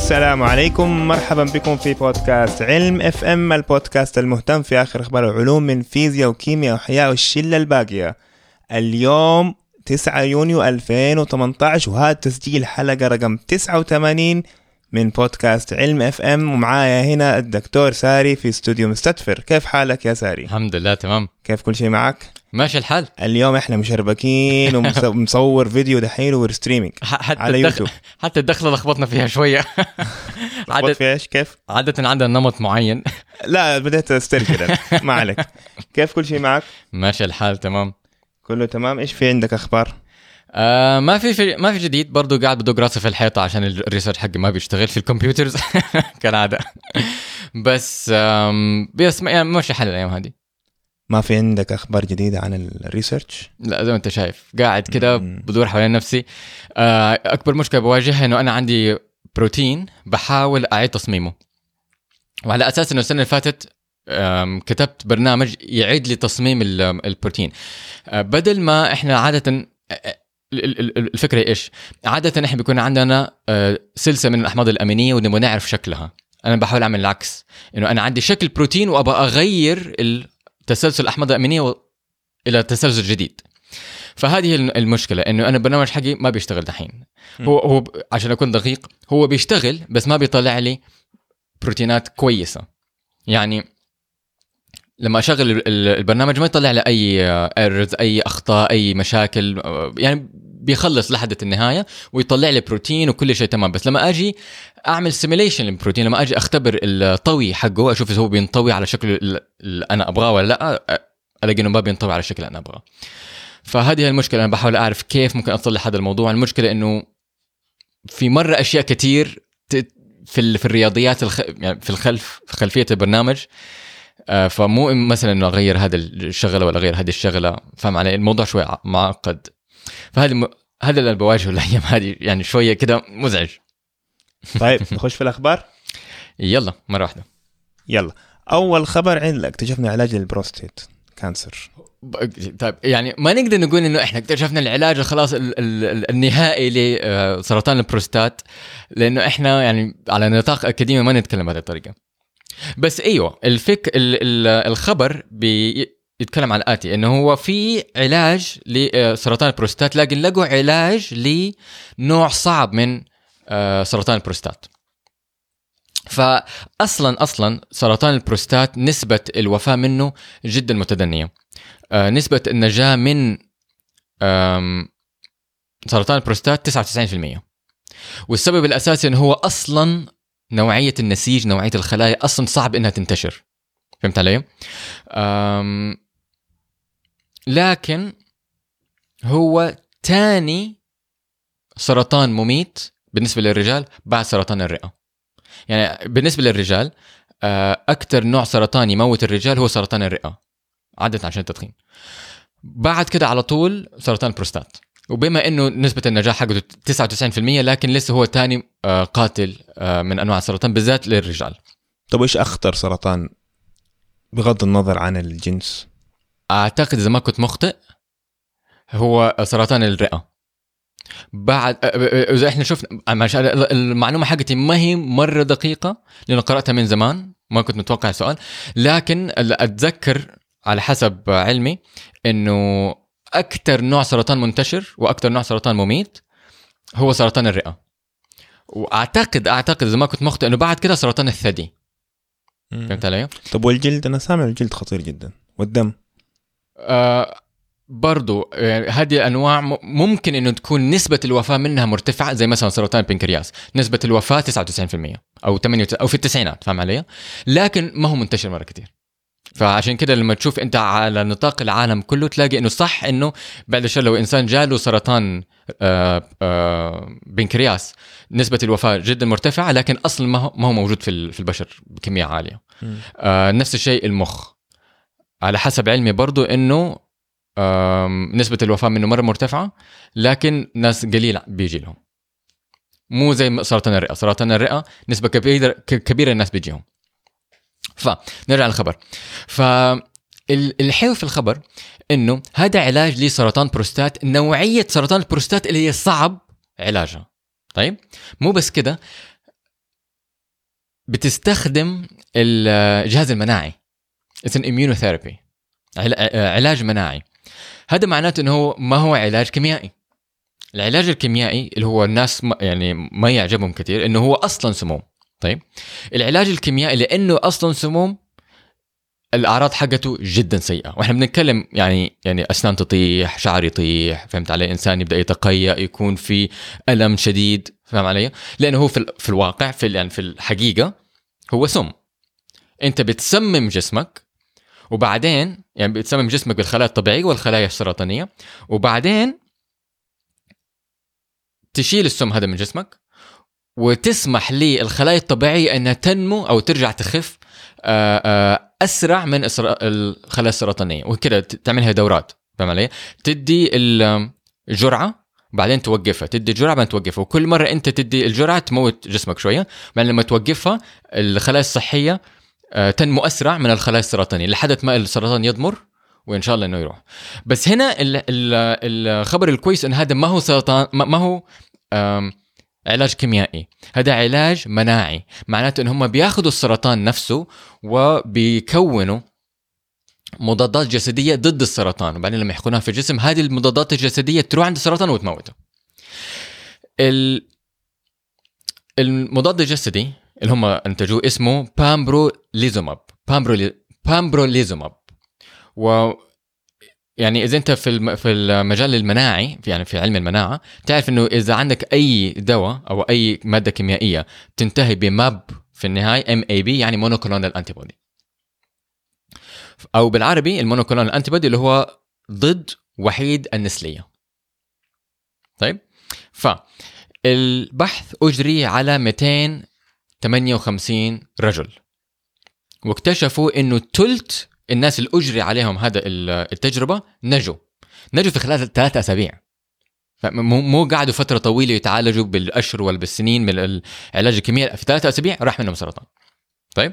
السلام عليكم، مرحبا بكم في بودكاست علم اف ام، البودكاست المهتم في آخر أخبار العلوم من فيزياء وكيمياء وحياة والشلة الباقية. اليوم 9 يونيو 2018 وهذا تسجيل حلقة رقم 89 من بودكاست علم اف ام، ومعايا هنا الدكتور ساري في استوديو مستدفر. كيف حالك يا ساري؟ الحمد لله تمام. كيف كل شيء معك؟ ماشي الحال. اليوم احنا مشربكين ومصور فيديو دحين وستريمينج على يوتيوب. حتى الدخلة لخبطنا فيها شوية. لخبط فيها ايش كيف؟ عادة عندنا نمط معين. لا بديت استرجل. ما عليك. كيف كل شيء معك؟ ماشي الحال تمام. كله تمام. ايش في عندك اخبار؟ ما في جديد، برضو قاعد بدق راسي في الحيطة عشان الريسيرش حقي ما بيشتغل في الكمبيوترز كالعادة. بس يعني ماشي حال الأيام هذه. ما في عندك أخبار جديدة عن الريسيرش؟ لا زي ما أنت شايف قاعد كده بدور حوالين نفسي. أكبر مشكلة بواجهها إنه أنا عندي بروتين بحاول أعيد تصميمه، وعلى أساس إنه السنة اللي فاتت كتبت برنامج يعيد لي تصميم البروتين. بدل ما إحنا عادة الفكرة إيش؟ عادة إحنا بيكون عندنا سلسلة من الأحماض الأمينية ونبغى نعرف شكلها. أنا بحاول أعمل العكس، إنه أنا عندي شكل بروتين وأبغى أغير تسلسل الأحماض الأمينية إلى تسلسل جديد. فهذه المشكلة، إنه أنا البرنامج حقي ما بيشتغل دحين. هو عشان أكون دقيق، هو بيشتغل بس ما بيطلع لي بروتينات كويسة. يعني لما أشغل البرنامج ما يطلع لي أي ايرورز، أي أخطاء، أي مشاكل. يعني بيخلص لحد النهاية ويطلع لي بروتين وكل شيء تمام. بس لما أجي أعمل سيميليشن للبروتين، لما أجي أختبر الطوي حقه، أشوف إذا هو بينطوي على شكل اللي أنا أبغاه ولا لا، ألاقي إنه ما بينطوي على شكل أنا أبغاه. فهذه المشكلة. أنا بحاول أعرف كيف ممكن أصلح هذا الموضوع. المشكلة إنه في مرة أشياء كتير في الرياضيات يعني في خلفية البرنامج. فمو مثلا إنه أغير هذا الشغلة ولا أغير هذه الشغلة. فهم علي؟ الموضوع شوي معقد. هذا اللي بواجهه الأيام هذه، يعني شوية كده مزعج. طيب نخش في الأخبار. يلا مرة واحدة. يلا أول خبر عندنا، اكتشفنا علاج للبروستيت كانسر. طيب يعني ما نقدر نقول إنه إحنا اكتشفنا العلاج خلاص النهائي لسرطان البروستات، لأنه إحنا يعني على نطاق أكاديمي ما نتكلم بهذه الطريقة. بس أيوة الخبر يتكلم عن الآتي، إنه هو في علاج لسرطان البروستات، لكن لقوا علاج لنوع صعب من سرطان البروستات. فأصلا سرطان البروستات نسبة الوفاة منه جدا متدنية. نسبة النجاة من سرطان البروستات 99%. والسبب الأساسي إنه هو أصلا نوعية النسيج، نوعية الخلايا أصلا صعب إنها تنتشر. فهمت علي؟ لكن هو تاني سرطان مميت بالنسبة للرجال بعد سرطان الرئة. يعني بالنسبة للرجال أكتر نوع سرطان يموت الرجال هو سرطان الرئة عادة عشان التدخين. بعد كده على طول سرطان البروستات. وبما إنه نسبة النجاح حقته 99%، لكن لسه هو تاني قاتل من أنواع السرطان بالذات للرجال. طب إيش أخطر سرطان بغض النظر عن الجنس؟ أعتقد إذا ما كنت مخطئ هو سرطان الرئة. بعد إذا إحنا شفنا المعلومة حقتي ما هي مرة دقيقة لأنه قرأتها من زمان، ما كنت متوقع السؤال، لكن أتذكر على حسب علمي إنه أكتر نوع سرطان منتشر وأكتر نوع سرطان مميت هو سرطان الرئة. وأعتقد إذا ما كنت مخطئ إنه بعد كده سرطان الثدي. فهمت علي؟ طب والجلد؟ أنا سامع الجلد خطير جدا، والدم برضو هذه الأنواع ممكن إنه تكون نسبة الوفاة منها مرتفعة، زي مثلا سرطان البنكرياس نسبة الوفاة 99% أو 98 أو في التسعينات. فهم علي؟ لكن ما هو منتشر مرة كتير. فعشان كده لما تشوف أنت على نطاق العالم كله تلاقي إنه صح إنه بعد الشر لو إنسان جاله سرطان بنكرياس نسبة الوفاة جدا مرتفعة، لكن أصلا ما هو موجود في البشر بكمية عالية. نفس الشيء المخ على حسب علمي برضو إنه نسبة الوفاة منه مرة مرتفعة، لكن ناس قليل بيجي لهم. مو زي سرطان الرئة نسبة كبيرة الناس بيجيهم. فنرجع للخبر. فالحلو في الخبر إنه هذا علاج لسرطان بروستات، نوعية سرطان البروستات اللي هي صعب علاجها. طيب مو بس كده، بتستخدم الجهاز المناعي، اسمه immunotherapy، علاج مناعي. هذا معناته انه هو ما هو علاج كيميائي. العلاج الكيميائي اللي هو الناس يعني ما يعجبهم كثير انه هو اصلا سموم. طيب العلاج الكيميائي لانه اصلا سموم الاعراض حقته جدا سيئه، واحنا بنتكلم يعني اسنان تطيح، شعر يطيح، فهمت علي، انسان يبدا يتقيأ، يكون في الم شديد، فهم علي، لانه هو في الواقع في الحقيقه هو سم. انت بتسمم جسمك، وبعدين يعني بتسمم جسمك بالخلايا الطبيعيه والخلايا السرطانيه، وبعدين تشيل السم هذا من جسمك وتسمح للخلايا الطبيعيه انها تنمو او ترجع تخف اسرع من الخلايا السرطانيه، وكذا تعملها دورات، فاهم علي؟ تدي الجرعه بعدين توقفها، تدي الجرعه بعدين توقفها، وكل مره انت تدي الجرعه تموت جسمك شويه، بعدين لما توقفها الخلايا الصحيه تنمو اسرع من الخلايا السرطانيه لحد ما السرطان يضمر وان شاء الله انه يروح. بس هنا الخبر الكويس ان هذا ما هو سرطان، ما هو علاج كيميائي، هذا علاج مناعي. معناته ان هم بياخذوا السرطان نفسه وبيكونوا مضادات جسديه ضد السرطان، وبعدين لما يحقنوها في الجسم هذه المضادات الجسديه تروح عند السرطان وتموته. المضاد الجسدي اللي هم انتجوه اسمه بامبروليزوماب. و يعني اذا انت في المجال المناعي، يعني في علم المناعه، تعرف انه اذا عندك اي دواء او اي ماده كيميائيه تنتهي بماب في النهايه MAB، يعني مونوكلونال انتيبودي، او بالعربي المونوكلونال انتيبودي اللي هو ضد وحيد النسليه. طيب فالبحث اجري على 258 رجل، واكتشفوا انه ثلث الناس اللي اجري عليهم هذا التجربه نجوا في خلال 3 أسابيع. مو قعدوا فتره طويله يتعالجوا بالاشهر ولا بالسنين من العلاج الكيميائي، في 3 أسابيع راح منهم سرطان. طيب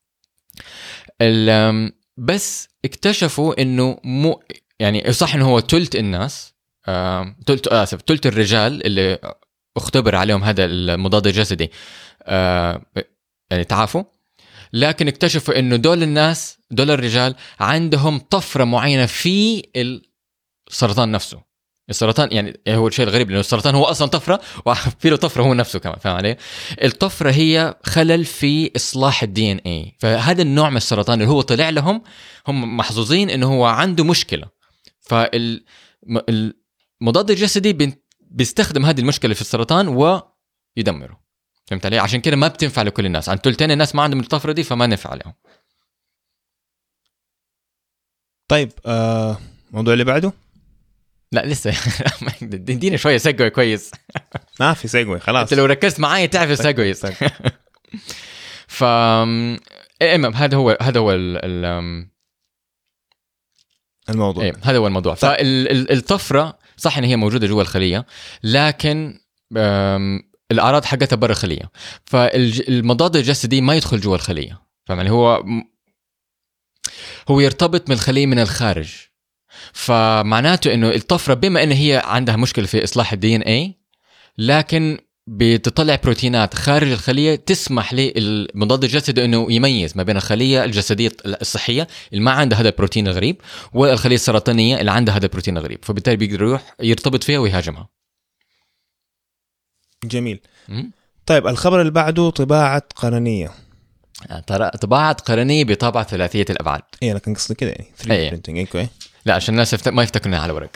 بس اكتشفوا انه مو يعني صح انه هو ثلث الناس، ثلث الرجال اللي اختبر عليهم هذا المضاد الجسدي يعني تعافوا، لكن اكتشفوا انه دول الرجال عندهم طفره معينه في السرطان نفسه. السرطان يعني هو الشيء الغريب لانه السرطان هو اصلا طفره وفي له طفره هو نفسه كمان، فاهم علي؟ الطفره هي خلل في اصلاح DNA. فهذا النوع من السرطان اللي هو طلع لهم، هم محظوظين انه هو عنده مشكله، فالمضاد الجسدي بيستخدم هذه المشكله في السرطان ويدمره، فهمت علي؟ عشان كده ما بتنفع لكل الناس، عن ثلثين الناس ما عندهم الطفره دي فما نفع لهم. طيب الموضوع اللي بعده؟ لا لسه ادينا شويه سجوي كويس. ما في سجوي خلاص، انت لو ركزت معايا تعرف السجوي. ف هذا هو الموضوع. هذا هو الموضوع. فالطفره صح ان هي موجوده جوا الخليه، لكن الاعراض حقتها برا الخليه، فالمضاد الجسدي ما يدخل جوا الخليه، فمعني هو يرتبط من الخليه من الخارج. فمعناته انه الطفره بما ان هي عندها مشكله في اصلاح DNA، لكن بتطلع بروتينات خارج الخليه تسمح للمضاد الجسدي انه يميز ما بين الخليه الجسديه الصحيه اللي ما عندها هذا البروتين الغريب والخليه السرطانيه اللي عندها هذا البروتين الغريب، فبالتالي بيقدر يروح يرتبط فيها ويهاجمها. جميل. طيب الخبر اللي بعده طباعة قرنية. طباعة قرنية بطابعة ثلاثية الأبعاد. أنا كان قصدي كده يعني 3D printing. أوكي. لا عشان الناس ما يفتكرونها على ورق.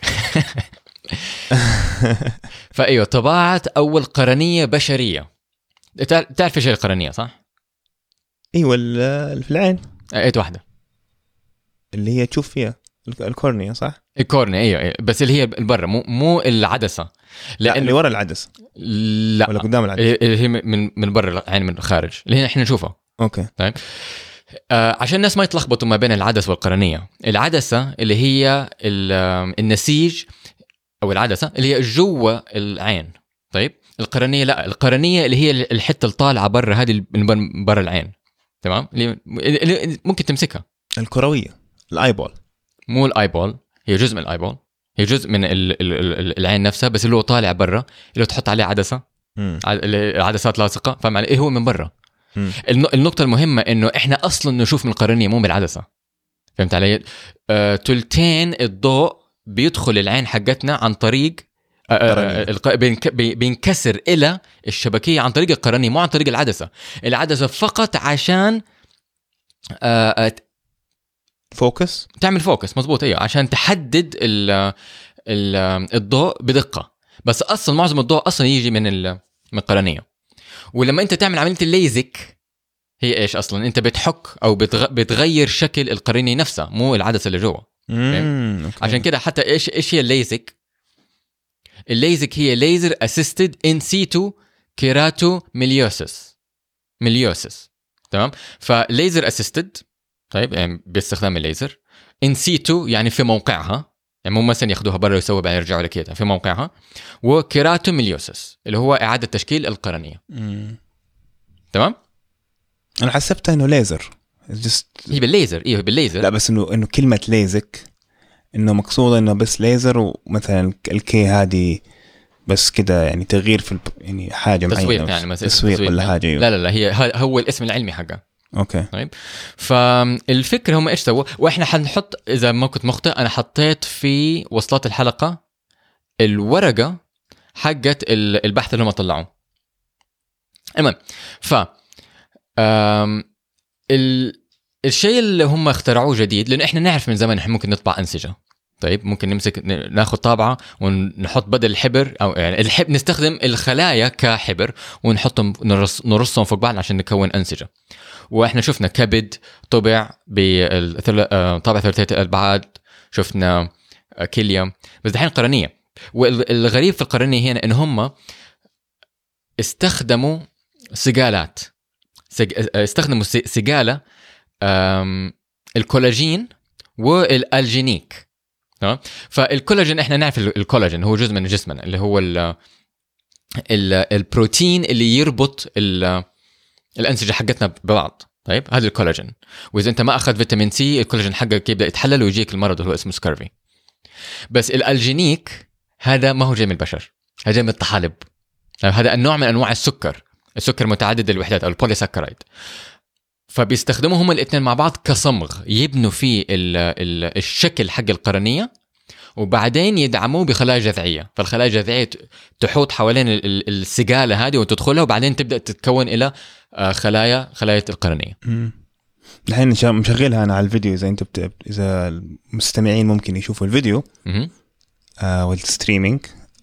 فأيوة طباعة أول قرنية بشرية. تعرف إيش القرنية صح؟ أيوة في العين. أيت واحدة. اللي هي تشوف فيها الكورنيا صح؟ الكورنيا أيوة، بس اللي هي برا مو العدسة. لا اللي ورا العدسة. لا ولا قدام العدسة. اللي هي من برا العين من الخارج اللي احنا نشوفها. اوكي. طيب عشان الناس ما يتلخبطوا ما بين العدسة والقرنية. العدسة اللي هي النسيج او العدسة اللي هي جوا العين. طيب القرنية لا، القرنية اللي هي الحتة الطالعة برا، هذه من برا العين. تمام، اللي ممكن تمسكها. الكروية الايبول. مو الايبول، هي جزء من الايبول، هي جزء من العين نفسها، بس اللي هو طالع برا اللي تحط عليه عدسة. العدسات لاصقة، فاهم علي؟ ايه هو من برا. النقطة المهمة إنه إحنا أصلا نشوف من القرنية مو بالعدسة. فهمت علي؟ تلتين الضوء بيدخل العين حقتنا عن طريق بينكسر إلى الشبكية عن طريق القرنية مو عن طريق العدسة فقط عشان فوكس، تعمل فوكس. مزبوط. أيوة، عشان تحدد الضوء بدقة. بس أصلا معظم الضوء أصلا يجي من القرنية. ولما أنت تعمل عملية الليزك هي إيش أصلا؟ أنت بتحك أو بتغير شكل القرنية نفسها مو العدسة اللي جوا. عشان كده حتى إيش هي الليزك؟ الليزك هي ليزر أسيستد إن سيتو كيراتو ميليوسيس. تمام. فليزر أسيستد، طيب، يعني باستخدام الليزر. إن سيتو يعني في موقعها، يعني مو مثلا ياخدوها برا ويسووا بعدين يرجعوا لك في موقعها. وكيراتو ميليوسيس اللي هو إعادة تشكيل القرنية. تمام. أنا حسبتها إنه ليزر. هي بالليزر. إيه بالليزر. لا، بس إنه كلمة ليزك إنه مقصودة إنه بس ليزر، ومثلا الكي هذه بس كده يعني تغيير في يعني حاجة معينة، تسويق يعني مثلا تسويق ولا يعني. حاجة. لا هي هو الاسم العلمي حقه. اوكي. طيب، فالفكرة هم ايش سووا، واحنا حنحط، اذا ما كنت مخطئ انا حطيت في وصلات الحلقة الورقة حقت البحث اللي هم طلعوه. المهم، الشيء اللي هم اخترعوه جديد، لأن إحنا نعرف من زمان إحنا ممكن نطبع أنسجة. طيب، ممكن ناخد طابعة ونحط بدل الحبر أو يعني نستخدم الخلايا كحبر ونحطهم نرصهم فوق بعض عشان نكون أنسجة. وإحنا شفنا كبد طبع بطابعة ثلاثية الأبعاد، شفنا كلية، بس دحين قرنية. والغريب في القرنية هنا إن هم استخدموا سجالات، استخدموا سجالة الكولاجين والالجينيك. تمام. فالكولاجين احنا نعرف الكولاجين هو جزء من جسمنا، اللي هو البروتين اللي يربط الانسجه حقتنا ببعض. طيب، هذا الكولاجين. واذا انت ما اخذ فيتامين سي الكولاجين حقك يبدا يتحلل ويجيك المرض اللي هو اسمه سكارفي. بس الالجينيك هذا ما هو جاي من البشر، هذا جاي من الطحالب. هذا النوع من انواع السكر متعدد الوحدات او البوليساكرايد. فبيستخدموا هم الاثنين مع بعض كصمغ يبنوا فيه الشكل حق القرنية، وبعدين يدعموه بخلايا جذعية. فالخلايا الجذعية تحوط حوالين السجالة هذه وتدخلها، وبعدين تبدأ تتكون إلى خلايا القرنية. الحين مشغلها أنا على الفيديو، إذا المستمعين ممكن يشوفوا الفيديو والستريمينج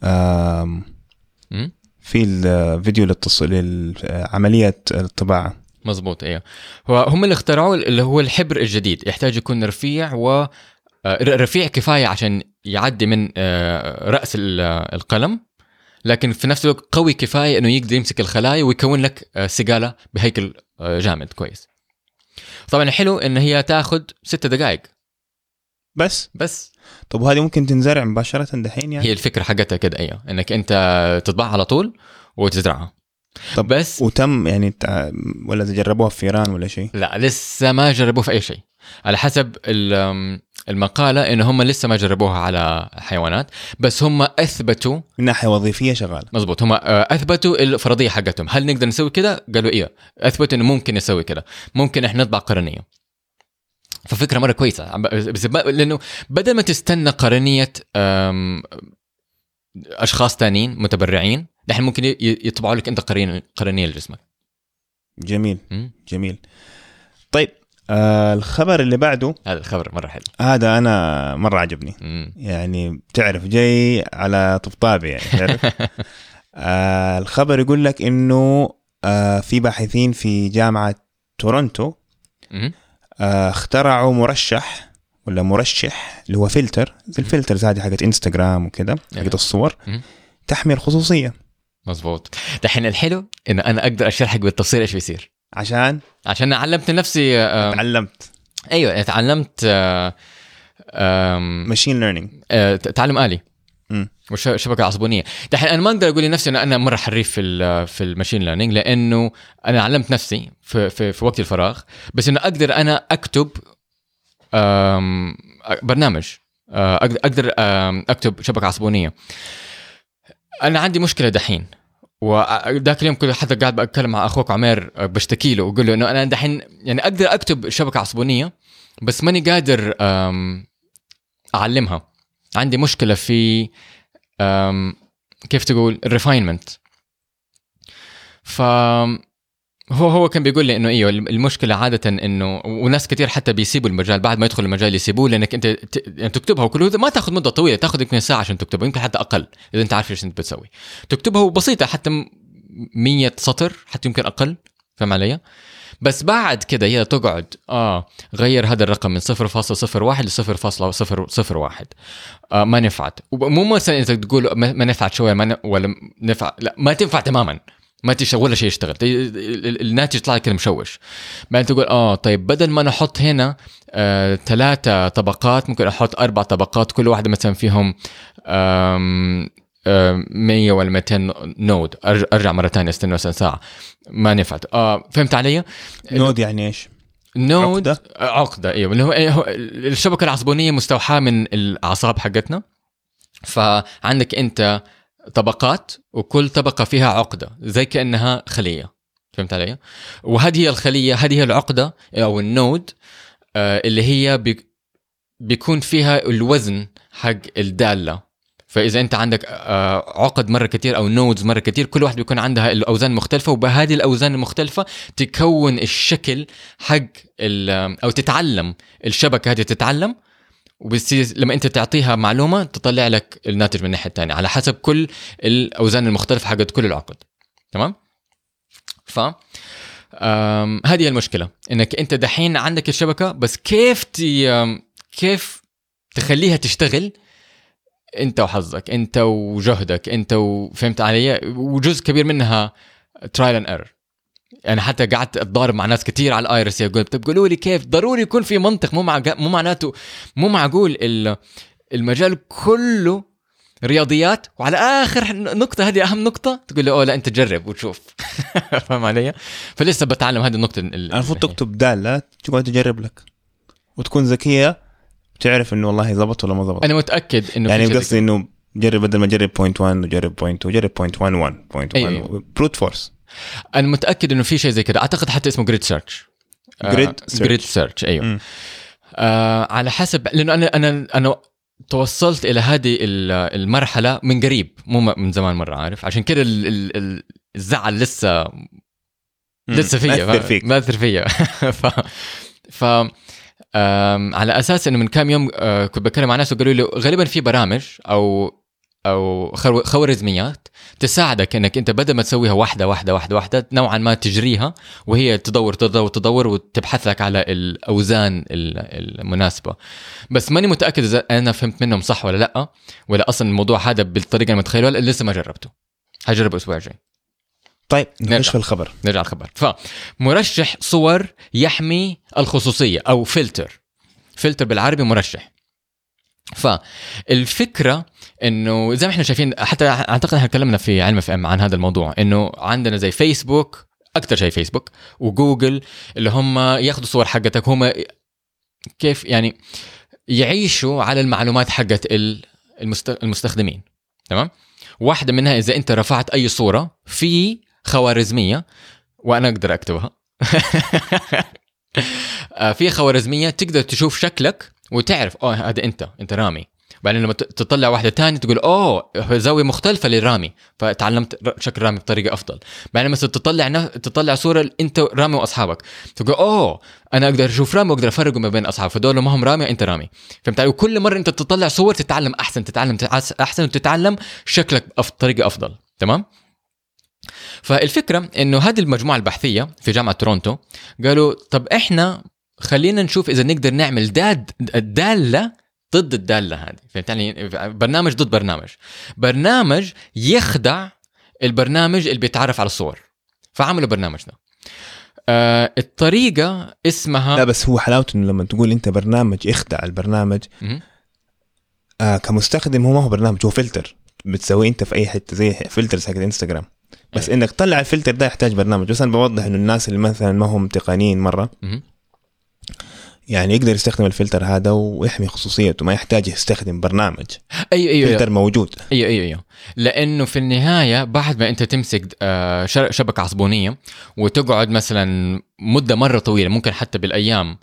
في الفيديو لعملية الطباعة. مزبوط. ايه، هم اللي اخترعوا اللي هو الحبر الجديد، يحتاج يكون رفيع رفيع كفاية عشان يعدي من رأس القلم، لكن في نفس الوقت قوي كفاية انه يقدر يمسك الخلايا ويكون لك سجالة بهيكل جامد كويس. طبعا الحلو ان هي تاخد 6 دقائق بس. طب وهذه ممكن تنزرع مباشرة دحين يعني؟ هي الفكرة حقتها كده، ايوه، انك انت تطبعها على طول وتزرعها. طب بس وتم يعني ولا جربوها في إيران ولا شيء؟ لا، لسه ما جربوه في أي شيء. على حسب المقالة إن هم لسه ما جربوها على حيوانات، بس هم أثبتوا من ناحية وظيفية شغالة. مزبوط. هم أثبتوا الفرضية حقتهم. هل نقدر نسوي كده؟ قالوا إيه، أثبتوا إنه ممكن نسوي كده، ممكن إحنا نطبع قرنية. ففكرة مرة كويسة، بس لأنه بدل ما تستنى قرنية أشخاص تانيين متبرعين، نحن ممكن يطبعوا لك أنت قرنية لجسمك. جميل. جميل. طيب، الخبر اللي بعده، هذا الخبر مرة حلو، هذا أنا مرة عجبني. يعني بتعرف جاي على طبطابي يعني تعرف. الخبر يقول لك إنه في باحثين في جامعة تورونتو اخترعوا مرشح اللي هو فلتر زي الفلترز هذه حقت انستغرام وكده، حقت الصور، تحمي الخصوصية. مظبوط. دحين الحلو إن أنا أقدر أشرحك بالتفصيل إيش بيصير، عشان علمت نفسي. أيوة، تعلمت ماشين ليرنينج، تعلم آلي والشبكة عصبونية. دحين أنا ما أقدر أقول لنفسي أن أنا مرة حريف في الماشين ليرنينج، لأنه أنا علمت نفسي في وقت الفراغ، بس إنه أقدر أنا أكتب برنامج، أقدر أكتب شبكة عصبونية. أنا عندي مشكلة دحين، وذاك اليوم كنت حتى قاعد بتكلم مع اخوك عمير بشتكي له وقول له انه انا دحين يعني اقدر اكتب شبكه عصبونيه بس ماني قادر اعلمها. عندي مشكله في كيف تقول الريفاينمنت. هو كان بيقول لي انه ايوه المشكله عاده انه وناس كتير حتى بيسيبوا المجال بعد ما يدخل المجال يسيبوه لانك انت يعني تكتبها وكله ما تاخذ مده طويله، تاخذ يمكن ساعه عشان تكتبها، يمكن حتى اقل اذا انت عارف ايش انت بتسوي. تكتبها بسيطه حتى 100 سطر حتى يمكن اقل، فهم علي؟ بس بعد كده هي تقعد غير هذا الرقم من 0.01 ل 0.001 ما نفعت. ومو مثلا انت تقول ما نفعت شويه ولا نفع، لا ما تنفع تماما، ما تشتغل ولا شيء يشتغل، الناتج يطلع كده مشوش. بعدين تقول طيب بدل ما نحط هنا 3 طبقات ممكن احط 4 طبقات كل واحده مثلا فيهم 100 ولا 200 نود، ارجع مره ثانيه استنى مثلا ساعه ما نفعت. فهمت علي؟ نود يعني ايش؟ نود عقده ايوه، اللي هو الشبكه العصبونيه مستوحاه من الاعصاب حقتنا. فعندك انت طبقات وكل طبقه فيها عقده زي كانها خليه، فهمت علي؟ وهذه هي الخليه، هذه هي العقده او النود اللي هي بيكون فيها الوزن حق الداله. فإذا أنت عندك عقد مرة كتير أو نودز مرة كتير، كل واحد بيكون عندها الأوزان مختلفة، وبهذه الأوزان المختلفة تكون الشكل حق أو تتعلم الشبكة هذه تتعلم، وبس لما أنت تعطيها معلومة تطلع لك الناتج من الناحية الثانية على حسب كل الأوزان المختلفة حقت كل العقد. تمام؟ هذه المشكلة، إنك أنت دحين عندك الشبكة بس كيف تخليها تشتغل انت وحظك، انت وجهدك، انت وفهمت علي. وجزء كبير منها ترايل اند ايرور. يعني حتى قعدت اتضارب مع ناس كتير على الايرس يقول طب قولوا لي كيف، ضروري يكون في منطق، مو معناته مو معقول المجال كله رياضيات وعلى اخر نقطه هذه اهم نقطه تقول له لا انت جرب وتشوف. فاهم علي؟ فلسه بتعلم هذه النقطه. المفروض تكتب داله تقعد تجرب لك وتكون ذكيه، تعرف انه والله زبط ولا ما زبط. انا متاكد انه يعني قصدي انه جرب بدل ما جرب 0.1 وجرب 0.2 جرب 0.11 بروت فورس. انا متاكد انه في شيء زي كده، اعتقد حتى اسمه جريد سيرش. جريد سيرش ايوه. على حسب، لانه انا توصلت الى هذه المرحله من قريب مو من زمان مره، عارف؟ عشان كده الزعل لسه فيا ما اثر فيا. ف على اساس انه من كام يوم كنت بكلم مع ناس وقالوا لي غالبا في برامج او خوارزميات تساعدك انك انت بدل ما تسويها واحده نوعا ما تجريها وهي تدور وتبحث لك على الاوزان المناسبه. بس ماني متاكد اذا انا فهمت منهم صح ولا لا، ولا اصلا الموضوع هذا بالطريقه اللي متخيلها، لسه ما جربته، هجربه الاسبوع الجاي. طيب نرجع في الخبر. نرجع الخبر. فمرشح صور يحمي الخصوصية أو فلتر بالعربي مرشح. فالفكرة إنه زي ما إحنا شايفين، حتى أعتقد إحنا تكلمنا في علم FM عن هذا الموضوع، إنه عندنا زي فيسبوك، أكتر شيء فيسبوك وجوجل اللي هم ياخدوا صور حقتك، هم كيف يعني يعيشوا على المعلومات حقت المستخدمين. تمام؟ واحدة منها إذا أنت رفعت أي صورة في خوارزمية، وأنا أقدر أكتبها في خوارزمية تقدر تشوف شكلك وتعرف هذا أنت رامي. بعدين لما تطلع واحدة تانية تقول زاوية مختلفة للرامي، فتعلمت شكل رامي بطريقة أفضل. بعدين مثلا تطلع صورة أنت رامي وأصحابك، تقول أنا أقدر أشوف رامي وأقدر أفرق ما بين أصحاب، فدول ما هم رامي أنت رامي. فهمت علي؟ وكل مرة أنت تطلع صور تتعلم أحسن وتتعلم شكلك بطريقة أفضل. تمام؟ فالفكرة إنه هذه المجموعة البحثية في جامعة تورونتو قالوا طب إحنا خلينا نشوف إذا نقدر نعمل دالة ضد الدالة هذه. فهمت يعني؟ برنامج ضد برنامج يخدع البرنامج اللي بيتعرف على الصور. فعملوا برنامجنا. الطريقة اسمها، لا بس هو حلاوته إنه لما تقول أنت برنامج يخدع البرنامج كمستخدم، هو ما هو برنامج، هو فلتر بتسويه أنت في أي حتة زي فلترز حق الانستغرام. بس إنك تطلع الفلتر ده يحتاج برنامج. بس أنا بوضح إنه الناس اللي مثلا ما هم تقنيين مرة يعني يقدر يستخدم الفلتر هذا ويحمي خصوصيته، ما يحتاج يستخدم برنامج. أيوة. فلتر موجود. أيوة. لأنه في النهاية بعد ما أنت تمسك شبكة عصبونية وتقعد مثلا مدة مرة طويلة، ممكن حتى بالأيام،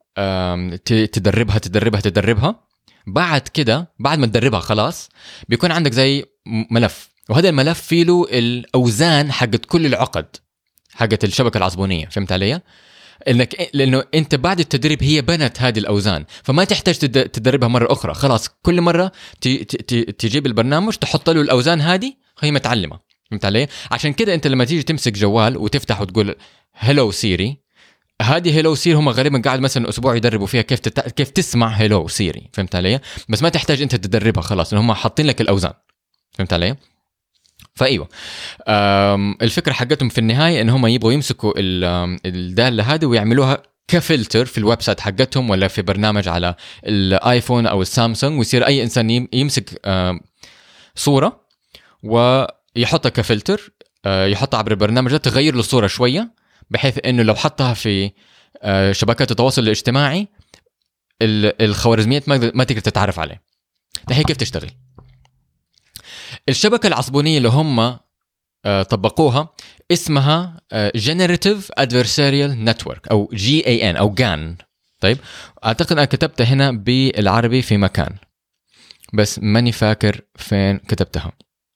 تدربها. بعد كده بعد ما تدربها خلاص بيكون عندك زي ملف، وهذا الملف فيه له الأوزان حقت كل العقد حقت الشبكة العصبونية. فهمت علي؟ لأنه أنت بعد التدريب هي بنت هذه الأوزان، فما تحتاج تدربها مرة أخرى. خلاص كل مرة تجيب البرنامج تحط له الأوزان هذه، هي متعلمة. فهمت علي؟ عشان كده أنت لما تيجي تمسك جوال وتفتح وتقول هلو سيري، هذه هلو سيري هم غالبا قاعد مثلا أسبوع يدربوا فيها كيف تسمع هلو سيري. فهمت علي؟ بس ما تحتاج أنت تدربها خلاص، لأن هم حاطين لك الأوزان. فهمت علي؟ فايوه الفكره حقتهم في النهايه ان هم يبغوا يمسكوا الداله هذه ويعملوها كفلتر في الويب سايت حقتهم ولا في برنامج على الايفون او السامسونج، ويصير اي انسان يمسك صوره ويحطها كفلتر، يحطها عبر البرنامج ده، تغير له الصوره شويه بحيث انه لو حطها في شبكات التواصل الاجتماعي الخوارزميات ما تقدر تتعرف عليه. ده هي كيف تشتغل. الشبكة العصبونية اللي هم طبقوها اسمها Generative Adversarial Network أو GAN أو GAN. طيب أعتقد أنا كتبتها هنا بالعربي في مكان بس ماني فاكر فين كتبتها.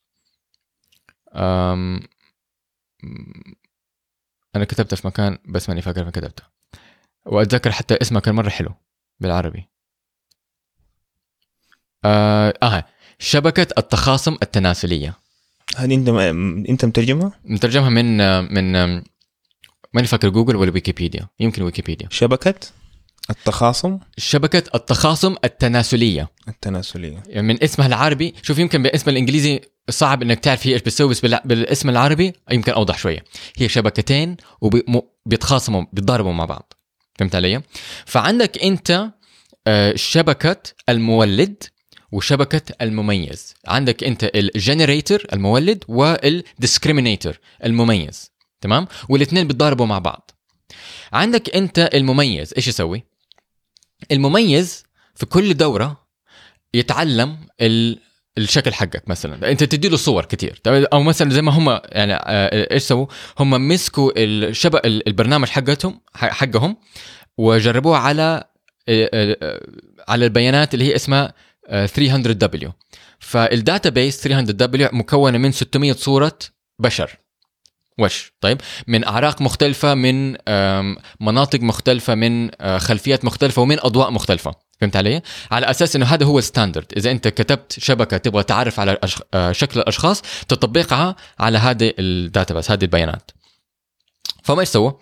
أنا كتبتها في مكان بس ماني فاكر فين كتبتها، وأتذكر حتى اسمها كان مرة حلو بالعربي. شبكة التخاصم التناسلية. هذه انت مترجمها من ماني فاكر جوجل ولا ويكيبيديا، يمكن ويكيبيديا. شبكة التخاصم التناسلية يعني من اسمها العربي. شوف يمكن باسم الانجليزي صعب انك تعرف هي ايش بتسوي، بس بالاسم العربي يمكن اوضح شوية. هي شبكتين وبيتخاصموا بيتضاربوا مع بعض. فهمت علي؟ فعندك انت شبكة المولد وشبكة المميز. عندك انت الجنريتور المولد والديسكريمينيتور المميز، تمام؟ والاثنين بيتضاربوا مع بعض. عندك انت المميز ايش يسوي؟ المميز في كل دورة يتعلم الشكل حقك. مثلا انت تديله صور كتير، او مثلا زي ما هم يعني ايش سووا؟ هم مسكوا البرنامج حقهم وجربوه على البيانات اللي هي اسمها 300W. فالداتابيس 300W مكونة من 600 صورة بشر طيب من أعراق مختلفة، من مناطق مختلفة، من خلفيات مختلفة، ومن أضواء مختلفة. فهمت علي؟ على أساس أنه هذا هو الستاندرد. إذا أنت كتبت شبكة تبغى تعرف على شكل الأشخاص تطبقها على هذه الداتابيس، هذه البيانات. فما يسوي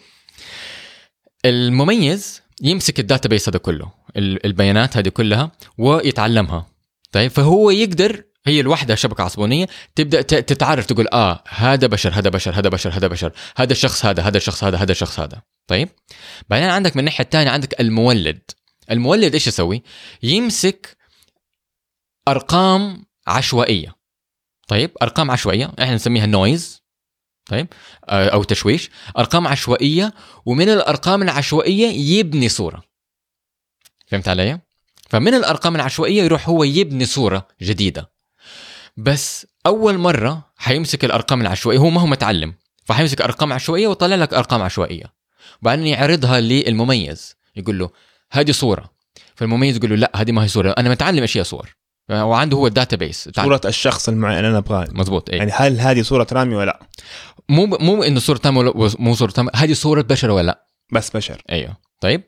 المميز؟ يمسك الداتابيس هذا كله، البيانات هذه كلها، ويتعلمها. طيب فهو يقدر، هي الوحدة شبكة عصبونية، تبدأ تتعرف، تقول هذا بشر، هذا بشر، هذا بشر، هذا بشر، هذا الشخص، هذا الشخص، هذا الشخص هذا. طيب بعدين عندك من الناحية الثانية عندك المولد إيش يسوي؟ يمسك أرقام عشوائية. طيب أرقام عشوائية احنا نسميها نويز، طيب أو تشويش، أرقام عشوائية، ومن الأرقام العشوائية يبني صورة. فهمت علي؟ فمن الأرقام العشوائية يروح هو يبني صورة جديدة. بس أول مرة حيمسك الأرقام العشوائية، هو ما هو متعلم، فحيمسك أرقام عشوائية وطلع لك أرقام عشوائية، وبعدين يعرضها للمميز، يقول له هذه صورة. فالمميز يقول له لا هذه ما هي صورة، أنا متعلم أشياء صور، وعنده هو الداتابيس صورة الشخص المعين أنا أبغاه. مزبوط. يعني هل هذه صورة رامي ولا لا؟ مو إنه صورة تام ولا مو صورة تام، هذه صورة بشر ولا لا؟ بس بشر. أيوه. طيب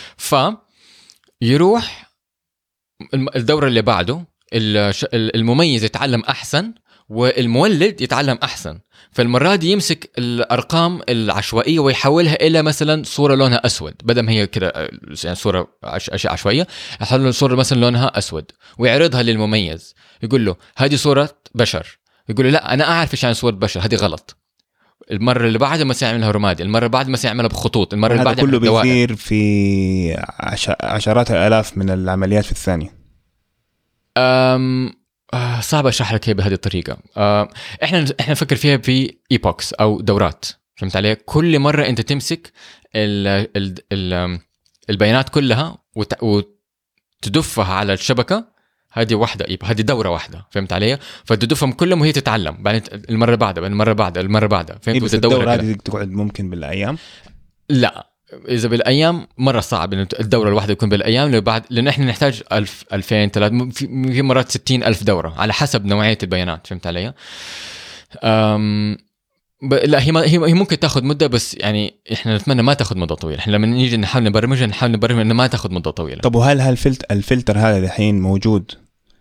يروح الدورة اللي بعده، المميز يتعلم أحسن والمولد يتعلم أحسن. فالمرة دي يمسك الأرقام العشوائية ويحولها إلى مثلا صورة لونها أسود، بدل ما هي كده يعني صورة أشياء عشوائية، يحول صورة مثلا لونها أسود ويعرضها للمميز، يقول له هذه صورة بشر، يقول له لا أنا أعرف إيش يعني صورة بشر، هذه غلط. المرة اللي بعدها ما سيعملها رمادي، المرة اللي بعدها ما سيعملها بخطوط، المرة اللي بعدها كله بيصير في عشرات الآلاف من العمليات في الثانية. صعب أشرح لك هي بهذه الطريقة. إحنا نفكر فيها في إيبوكس أو دورات. فهمت علي؟ كل مرة أنت تمسك البيانات كلها وتدفها على الشبكة. هذه واحدة، يبقى هذه دورة واحدة، فهمت علي؟ فتدفهم كلهم وهي تتعلم، بعدين المرة بعدها المرة بعدها فهمت؟ بس الدورة هذه تقعد ممكن بالأيام؟ لا، إذا بالأيام مرة صعب إنه الدورة الواحدة يكون بالأيام، لأن إحنا نحتاج 1000 2000 3000 في مرات 60,000 دورة على حسب نوعية البيانات، فهمت علي؟ لا، هي ممكن تاخذ مدة، بس يعني إحنا نتمنى ما تاخذ مدة طويلة. إحنا لما نيجي نحاول نبرمجها إنه ما تاخذ مدة طويلة. طب وهل الفلتر هذا الحين موجود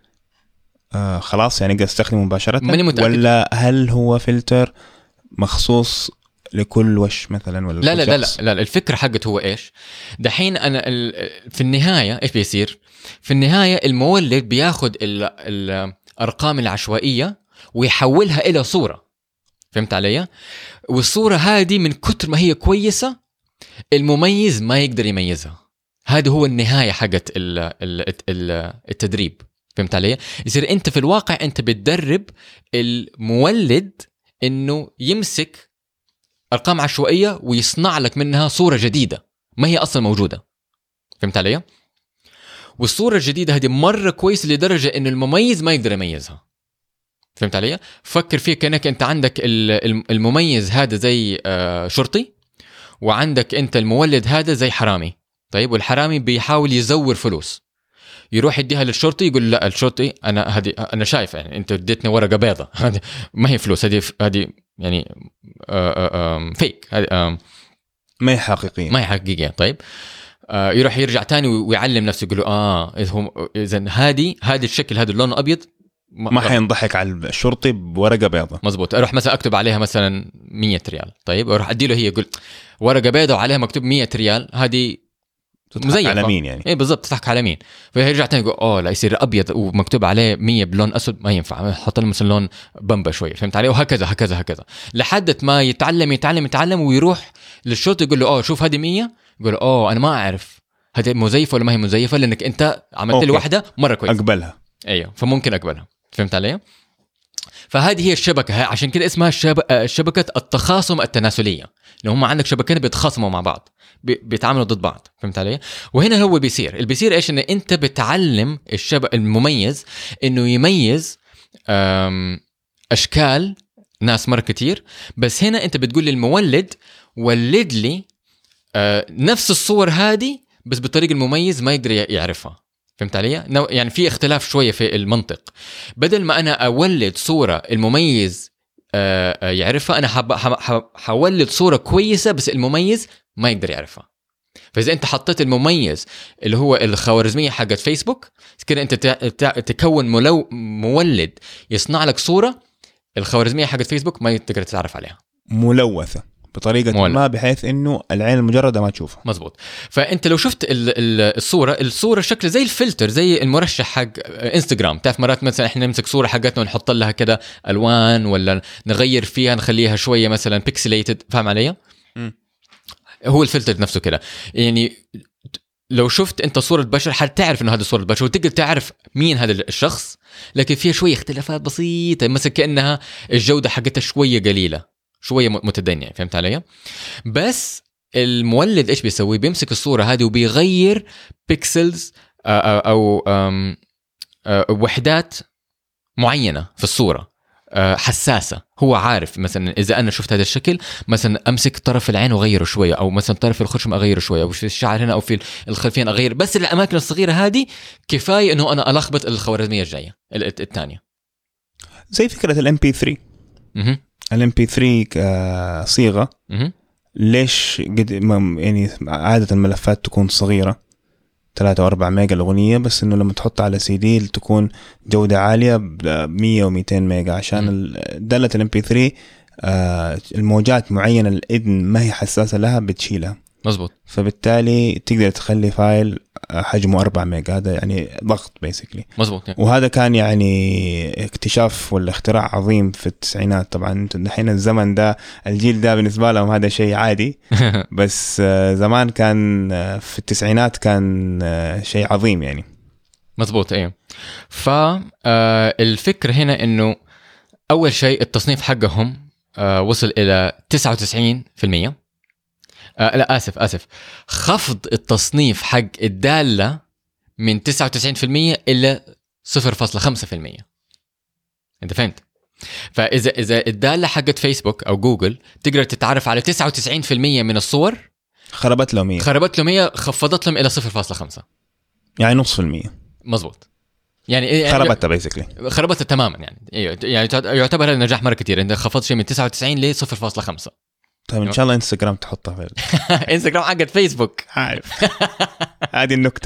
خلاص يعني أقدر استخدمه مباشرة، ولا هل هو فلتر مخصوص لكل وش مثلا ولا لا لا لا لا لا الفكرة حقت هو إيش دحين أنا في النهاية إيش بيصير في النهاية؟ المولد بياخد الأرقام العشوائية ويحولها إلى صورة، فهمت علي؟ والصورة هذه من كتر ما هي كويسة المميز ما يقدر يميزها. هذا هو النهاية حقت التدريب، فهمت علي؟ يصير أنت في الواقع أنت بتدرب المولد إنه يمسك أرقام عشوائية ويصنع لك منها صورة جديدة ما هي أصلا موجودة، فهمت علي؟ والصورة الجديدة هذه مرة كويسة لدرجة إنه المميز ما يقدر يميزها، فهمت علي؟ فكر فيه كأنك أنت عندك المميز هذا زي شرطي، وعندك أنت المولد هذا زي حرامي. طيب، والحرامي بيحاول يزور فلوس، يروح يديها للشرطي، يقول لا الشرطي أنا شايف يعني أنت اديتني ورقة بيضة، هذه ما هي فلوس، هذه يعني فيك، ما هي حقيقية. طيب، يروح يرجع تاني ويعلم نفسه، يقول له إذن هذه الشكل هذا اللون أبيض ما حينضحك على الشرطي بورقة بيضة. مزبوط. أروح مثلا أكتب عليها مثلا 100 ريال. طيب، أروح أديله هي، يقول ورقة بيضة وعليها مكتوب 100 ريال، هذه مزيفة على مين يعني؟ إيه بالضبط، تضحك على مين؟ فيرجع تاني يقول لا، يصير أبيض ومكتوب عليه 100 بلون أسود، ما ينفع، حط له مثلا لون بمبا شوية، فهمت عليه؟ وهكذا هكذا هكذا لحد ما يتعلم ويروح للشرطة يقول له شوف هذه 100، يقول أنا ما أعرف هذه مزيفة ولا ما هي مزيفة، لأنك أنت عملت لي واحدة مرة كويس أقبلها. أيوه، فممكن أقبلها، فهمت علي؟ فهذه هي الشبكة، عشان كده اسمها شبكة التخاصم التناسلية، لأن هم عندك شبكين بيتخاصموا مع بعض، بيتعاملوا ضد بعض، فهمت علي؟ وهنا هو بيصير إيش؟ إن أنت بتعلم المميز إنه يميز أشكال ناس مرة كتير، بس هنا أنت بتقول للمولد ولد لي نفس الصور هذه بس بطريقة المميز ما يقدر يعرفها، فهمت علي؟ يعني في اختلاف شوية في المنطق. بدل ما أنا أولد صورة المميز يعرفها، أنا حولد صورة كويسة بس المميز ما يقدر يعرفها. فإذا أنت حطيت المميز اللي هو الخوارزمية حقت فيسبوك كده، أنت تكون مولد يصنع لك صورة الخوارزمية حقت فيسبوك ما تقدر تتعرف عليها، ملوثة بطريقة ما بحيث إنه العين المجردة ما تشوفها. مزبوط. فأنت لو شفت الصورة شكل زي الفلتر، زي المرشح حق إنستغرام، تعرف مرات مثلا إحنا نمسك صورة حقتنا ونحط لها كده ألوان ولا نغير فيها نخليها شوية مثلا بيكسليتد، فاهم علي؟ هو الفلتر نفسه كده. يعني لو شفت أنت صورة بشر حتعرف إنه هذا صورة بشر وتقدر تعرف مين هذا الشخص، لكن فيها شوية اختلافات بسيطة، مثلا كأنها الجودة حقتها شوية قليلة، شوية متدنية، فهمت علي؟ بس المولد إيش بيسوي؟ بيمسك الصورة هذه وبيغير بيكسلز أو وحدات معينة في الصورة حساسة. هو عارف مثلا إذا أنا شفت هذا الشكل، مثلا أمسك طرف العين وغيره شوية، أو مثلا طرف الخشم أغيره شوية، أو في الشعر هنا أو في الخلفين أغير، بس الأماكن الصغيرة هذه كفاية إنه أنا ألخبط الخوارزمية الجاية الثانية. زي فكرة الMP3. الMP3 صيغة. ليش يعني عادة الملفات تكون صغيرة 3 و4 ميجا الأغنية، بس إنه لما تحطها على CD تكون جودة عالية 100 و200 ميجا، عشان دالة الMP3 الموجات معينة الإذن ما هي حساسة لها بتشيلها. مزبوط. فبالتالي تقدر تخلي فايل حجمه 4 ميجا، هذا يعني ضغط بيسكلي. مزبوط. وهذا كان يعني اكتشاف ولا اختراع عظيم في التسعينات. طبعا الحين الزمن ده الجيل ده بالنسبة لهم هذا شيء عادي بس زمان كان في التسعينات كان شيء عظيم يعني. مزبوط. ايه. فالفكرة هنا انه اول شيء التصنيف حقهم وصل الى 99%. لا آسف خفض التصنيف حق الدالة من 99% إلى 0.5%. أنت فهمت؟ فإذا الدالة حقت فيسبوك أو جوجل تقدر تتعرف على 99% من الصور، خربت لهم 100 خفضت لهم إلى 0.5، يعني نص في المية. مظبوط. يعني خربتها بيسكلي، خربتها تماما. يعني يعتبر هذا نجاح مرة كتير. أنت خفضت شيء من 99 ل 0.5. طيب إن شاء الله إنستغرام تحطها في إنستغرام حقت فيسبوك. عارف هذه النكتة.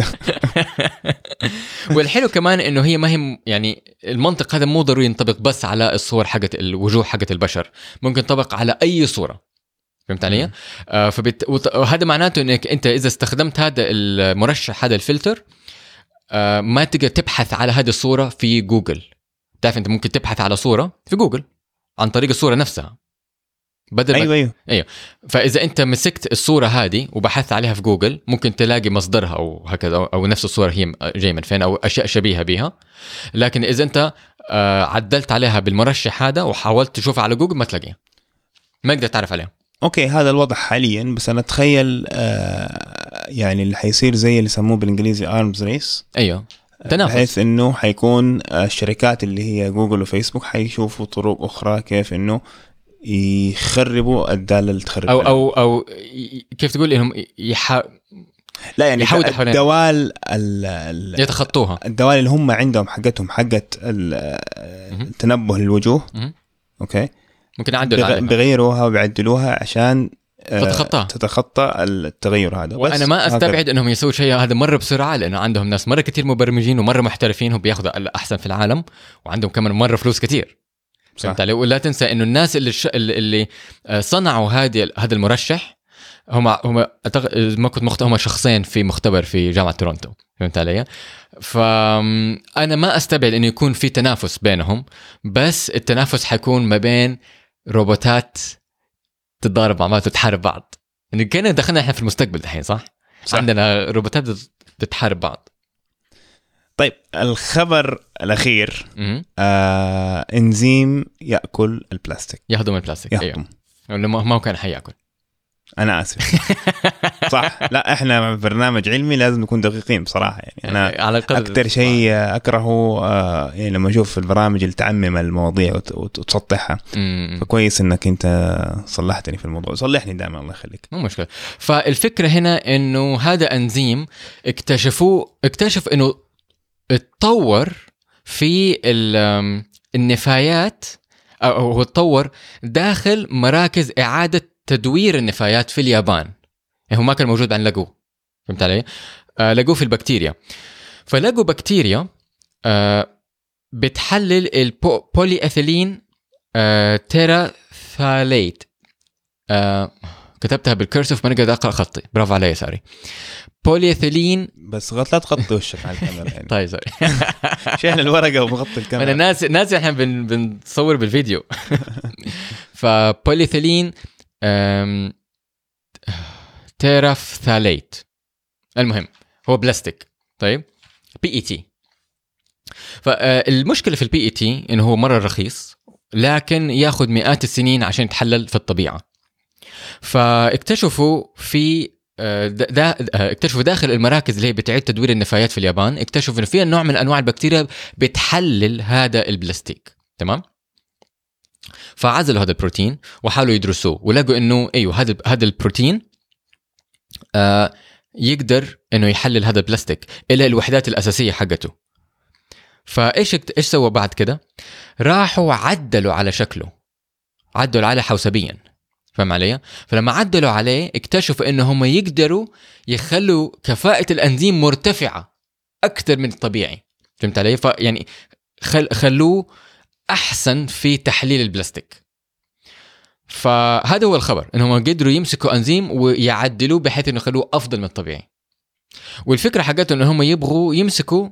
والحلو كمان إنه هي ما هي يعني المنطق هذا مو ضروري ينطبق بس على الصور حقت الوجوه حقت البشر، ممكن ينطبق على أي صورة. فهمت علي؟ وهذا معناته إنك أنت إذا استخدمت هذا المرشح هذا الفلتر ما تقدر تبحث على هذه الصورة في جوجل. تعرف أنت ممكن تبحث على صورة في جوجل عن طريق الصورة نفسها بدل أيوة. فإذا أنت مسكت الصورة هذه وبحثت عليها في جوجل ممكن تلاقي مصدرها أو هكذا، أو نفس الصورة هي جاي من فين أو أشياء شبيهة بها. لكن إذا أنت عدلت عليها بالمرشح هذا وحاولت تشوفها على جوجل ما تلاقيها، ما قدرت تعرف عليها. أوكي هذا الوضع حاليا، بس أنا أتخيل يعني اللي حيصير زي اللي سموه بالإنجليزي arms race. أيوه تنافس، بحيث إنه حيكون الشركات اللي هي جوجل وفيسبوك حيشوفوا طرق أخرى كيف إنه يخربوا الدالة اللي تخرب أو كيف تقول إنهم لا يعني الدوال يتخطوها، الدوال اللي هم عندهم حقت التنبه للوجوه. أوكي ممكن يعدلوا بيغيروها وبيعدلوها عشان تتخطى التغير هذا. وأنا ما أستبعد أنهم يسووا شيء هذا مرة بسرعة، لأنه عندهم ناس مرة كتير مبرمجين ومرة محترفين وبياخذوا الأحسن في العالم، وعندهم كمان مرة فلوس كتير. فهمت علي؟ ولا تنسى إنه الناس اللي صنعوا هذا المرشح هم ما كنت مخطئ، هم شخصين في مختبر في جامعة تورونتو. فهمت علي؟ فأنا ما أستبعد إنه يكون في تنافس بينهم، بس التنافس حيكون ما بين روبوتات تتضارب مع بعض وتحارب بعض. يعني كنا دخلنا احنا في المستقبل الحين صح؟ عندنا روبوتات بتحارب بعض. طيب الخبر الأخير إنزيم يأكل البلاستيك، يهضم البلاستيك. أيوه ما كان حيأكل. أنا آسف. صح، لا إحنا برنامج علمي لازم نكون دقيقين بصراحة. يعني أنا على أكتر شيء أكرهه يعني لما أشوف البرامج اللي تعمم المواضيع وتسطحها. فكويس إنك أنت صلحتني في الموضوع، صلحني دائما الله يخليك. مو مشكلة. فالفكرة هنا إنه هذا أنزيم اكتشف إنه اتطور في النفايات، أو هو اتطور داخل مراكز إعادة تدوير النفايات في اليابان. هو ما كان موجود عن لقوه. فهمت علي؟ لقوه في البكتيريا. فلقوا بكتيريا بتحلل البولي إثيلين تيراثاليت. كتبتها بالكيرسيف ما نقدر أقرأ خطي، برافو علي ساري. بولي إثيلين بس لا تغطي وشك على الكاميرا يعني. طيب سوري. شيلنا الورقة وبغطي الكاميرا. أنا ناس إحنا بنصور بالفيديو. فبولي إثيلين تيراثاليت. المهم هو بلاستيك. طيب PET. فالمشكلة في الPET إنه هو مرة رخيص، لكن ياخد مئات السنين عشان يتحلل في الطبيعة. فاكتشفوا اكتشفوا داخل المراكز اللي هي بتعيد تدوير النفايات في اليابان، اكتشفوا إنه في نوع من أنواع البكتيريا بتحلل هذا البلاستيك. تمام؟ فعزلوا هذا البروتين وحاولوا يدرسوه، ولقوا إنه أيوه هذا البروتين يقدر إنه يحلل هذا البلاستيك إلى الوحدات الأساسية حقته. فإيش سووا بعد كده؟ راحوا عدلوا على شكله، عدلوا عليه حوسبيا. فهم علي؟ فلما عدلوا عليه اكتشفوا إنه هم يقدروا يخلوا كفاءة الأنزيم مرتفعة أكثر من الطبيعي. فهمت علي؟ فيعني خلوه أحسن في تحليل البلاستيك. فهذا هو الخبر، إنهم قدروا يمسكوا أنزيم ويعدلوه بحيث إنه يخلوه أفضل من الطبيعي. والفكرة حقته إنهم يبغوا يمسكوا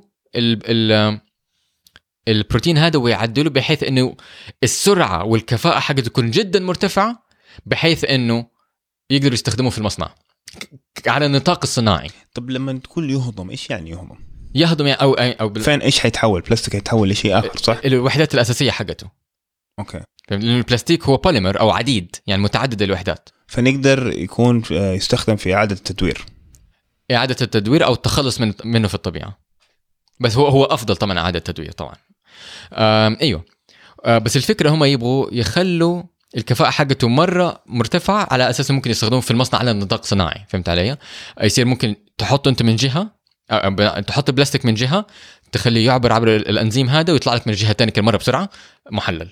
البروتين هذا ويعدلوه بحيث إنه السرعة والكفاءة حقته تكون جدا مرتفعة، بحيث إنه يقدروا يستخدموه في المصنع على النطاق الصناعي. طب لما تقول يهضم، إيش يعني يهضم؟ يهضم يعني أو فين إيش حيتحول؟ بلاستيك حيتحول لشيء آخر صح؟ الوحدات الأساسية حقته. أوكي. لأن البلاستيك هو بوليمر أو عديد، يعني متعدد الوحدات. فنقدر يكون يستخدم في إعادة التدوير. إعادة التدوير أو التخلص منه في الطبيعة، بس هو أفضل طبعا إعادة التدوير طبعا. أيوه، بس الفكرة هم يبغوا يخلوا الكفاءة حقته مرة مرتفعة على أساس ممكن يستخدموه في المصنع على نطاق صناعي. فهمت علي؟ يصير ممكن تحطه أنت من جهة، تحط بلاستيك من جهة تخليه يعبر عبر الأنزيم هذا ويطلع لك من الجهة الثانية كل مرة بسرعة محلل.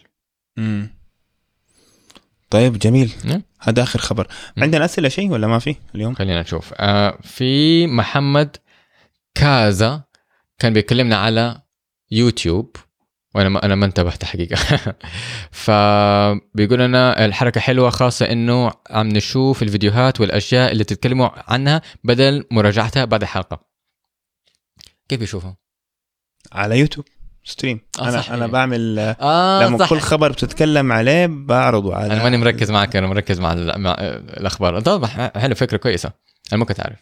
طيب جميل. هذا آخر خبر. عندنا أسئلة شيء ولا ما في اليوم؟ خلينا نشوف. في محمد كازا كان بيكلمنا على يوتيوب وانا ما انتبهت حقيقه. فبيقول لنا الحركه حلوه، خاصه انه عم نشوف الفيديوهات والاشياء اللي تتكلموا عنها بدل مراجعتها بعد الحلقه. كيف يشوفها؟ على يوتيوب ستريم. انا بعمل لما صح. كل خبر بتتكلم عليه بعرضه على. انا ماني مركز معك، انا مركز مع الاخبار. طبعا حلو، فكره كويسه، انا ما كنت عارف.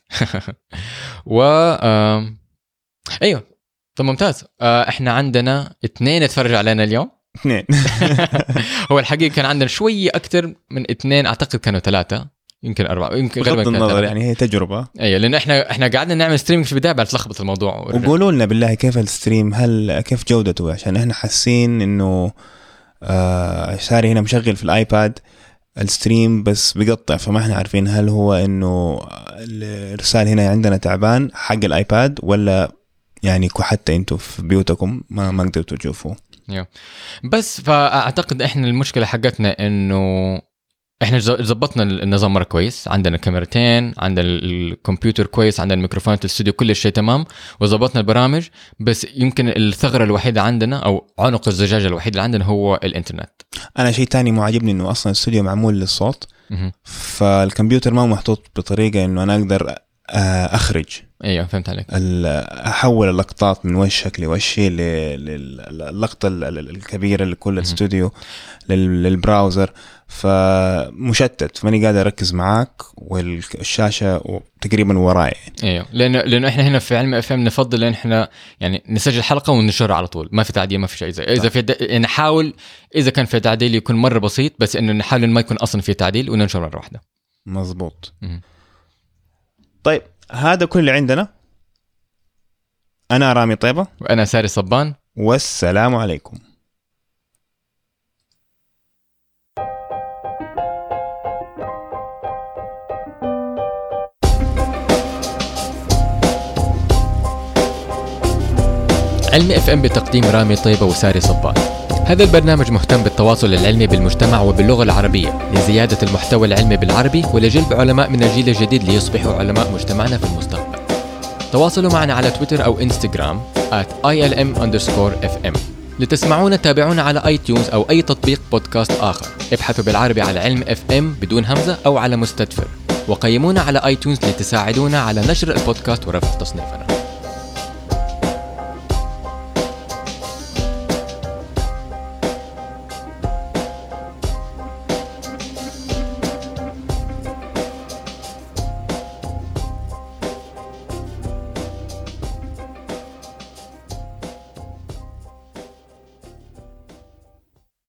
ايوه طب ممتاز. احنا عندنا 2 اتفرجوا علينا اليوم. 2. هو الحقيقة كان عندنا شوية أكتر من 2، أعتقد كانوا 3 يمكن 4 يمكن بغض النظر يعني هي تجربة. أيوة، لأن إحنا قعدنا نعمل ستريمينج في البداية بعد تلخبط الموضوع. وقولوا لنا بالله كيف الستريم، كيف جودته، عشان إحنا حاسين إنه ساري هنا مشغل في الآيباد الستريم بس بيقطع، فما إحنا عارفين هل هو إنه الإرسال هنا عندنا تعبان حق الآيباد ولا يعني حتى انتوا في بيوتكم ما قدرتوا تشوفوا. بس فاعتقد احنا المشكله حقتنا انه احنا زبطنا النظام مره كويس، عندنا كاميرتين، عندنا الكمبيوتر كويس، عندنا الميكروفون في الاستوديو، كل شيء تمام وزبطنا البرامج. بس يمكن الثغره الوحيده عندنا او عنق الزجاجه الوحيد اللي عندنا هو الانترنت. انا شيء تاني مو عاجبني انه اصلا الاستوديو معمول للصوت، فالكمبيوتر ما محطوط بطريقه انه انا اقدر اخرج. ايوه فهمت عليك. احول اللقطات من وشك لوشي للقطه الكبيره لكل الاستوديو للبراوزر، فمشتت، فماني قادر اركز معاك والشاشه تقريبا وراي. ايوه لانه احنا هنا في علم FM نفضل ان احنا يعني نسجل حلقه وننشرها على طول، ما في تعديل ما في شيء. اذا في نحاول اذا كان في تعديل يكون مره بسيط، بس انه نحاول ما يكون اصلا في تعديل وننشر مره واحده. مزبوط. طيب هذا كل اللي عندنا. أنا رامي طيبة وأنا ساري صبان، والسلام عليكم. علم FM بتقديم رامي طيبة وساري صبان. هذا البرنامج مهتم بالتواصل العلمي بالمجتمع وباللغة العربية لزيادة المحتوى العلمي بالعربي ولجلب علماء من الجيل الجديد ليصبحوا علماء مجتمعنا في المستقبل. تواصلوا معنا على تويتر أو إنستغرام @ilm_fm. لتسمعونا تابعونا على آيتيونز أو أي تطبيق بودكاست آخر. ابحثوا بالعربي على علم FM بدون همزة أو على مستدفر، وقيمونا على آيتيونز لتساعدونا على نشر البودكاست ورفع تصنيفنا.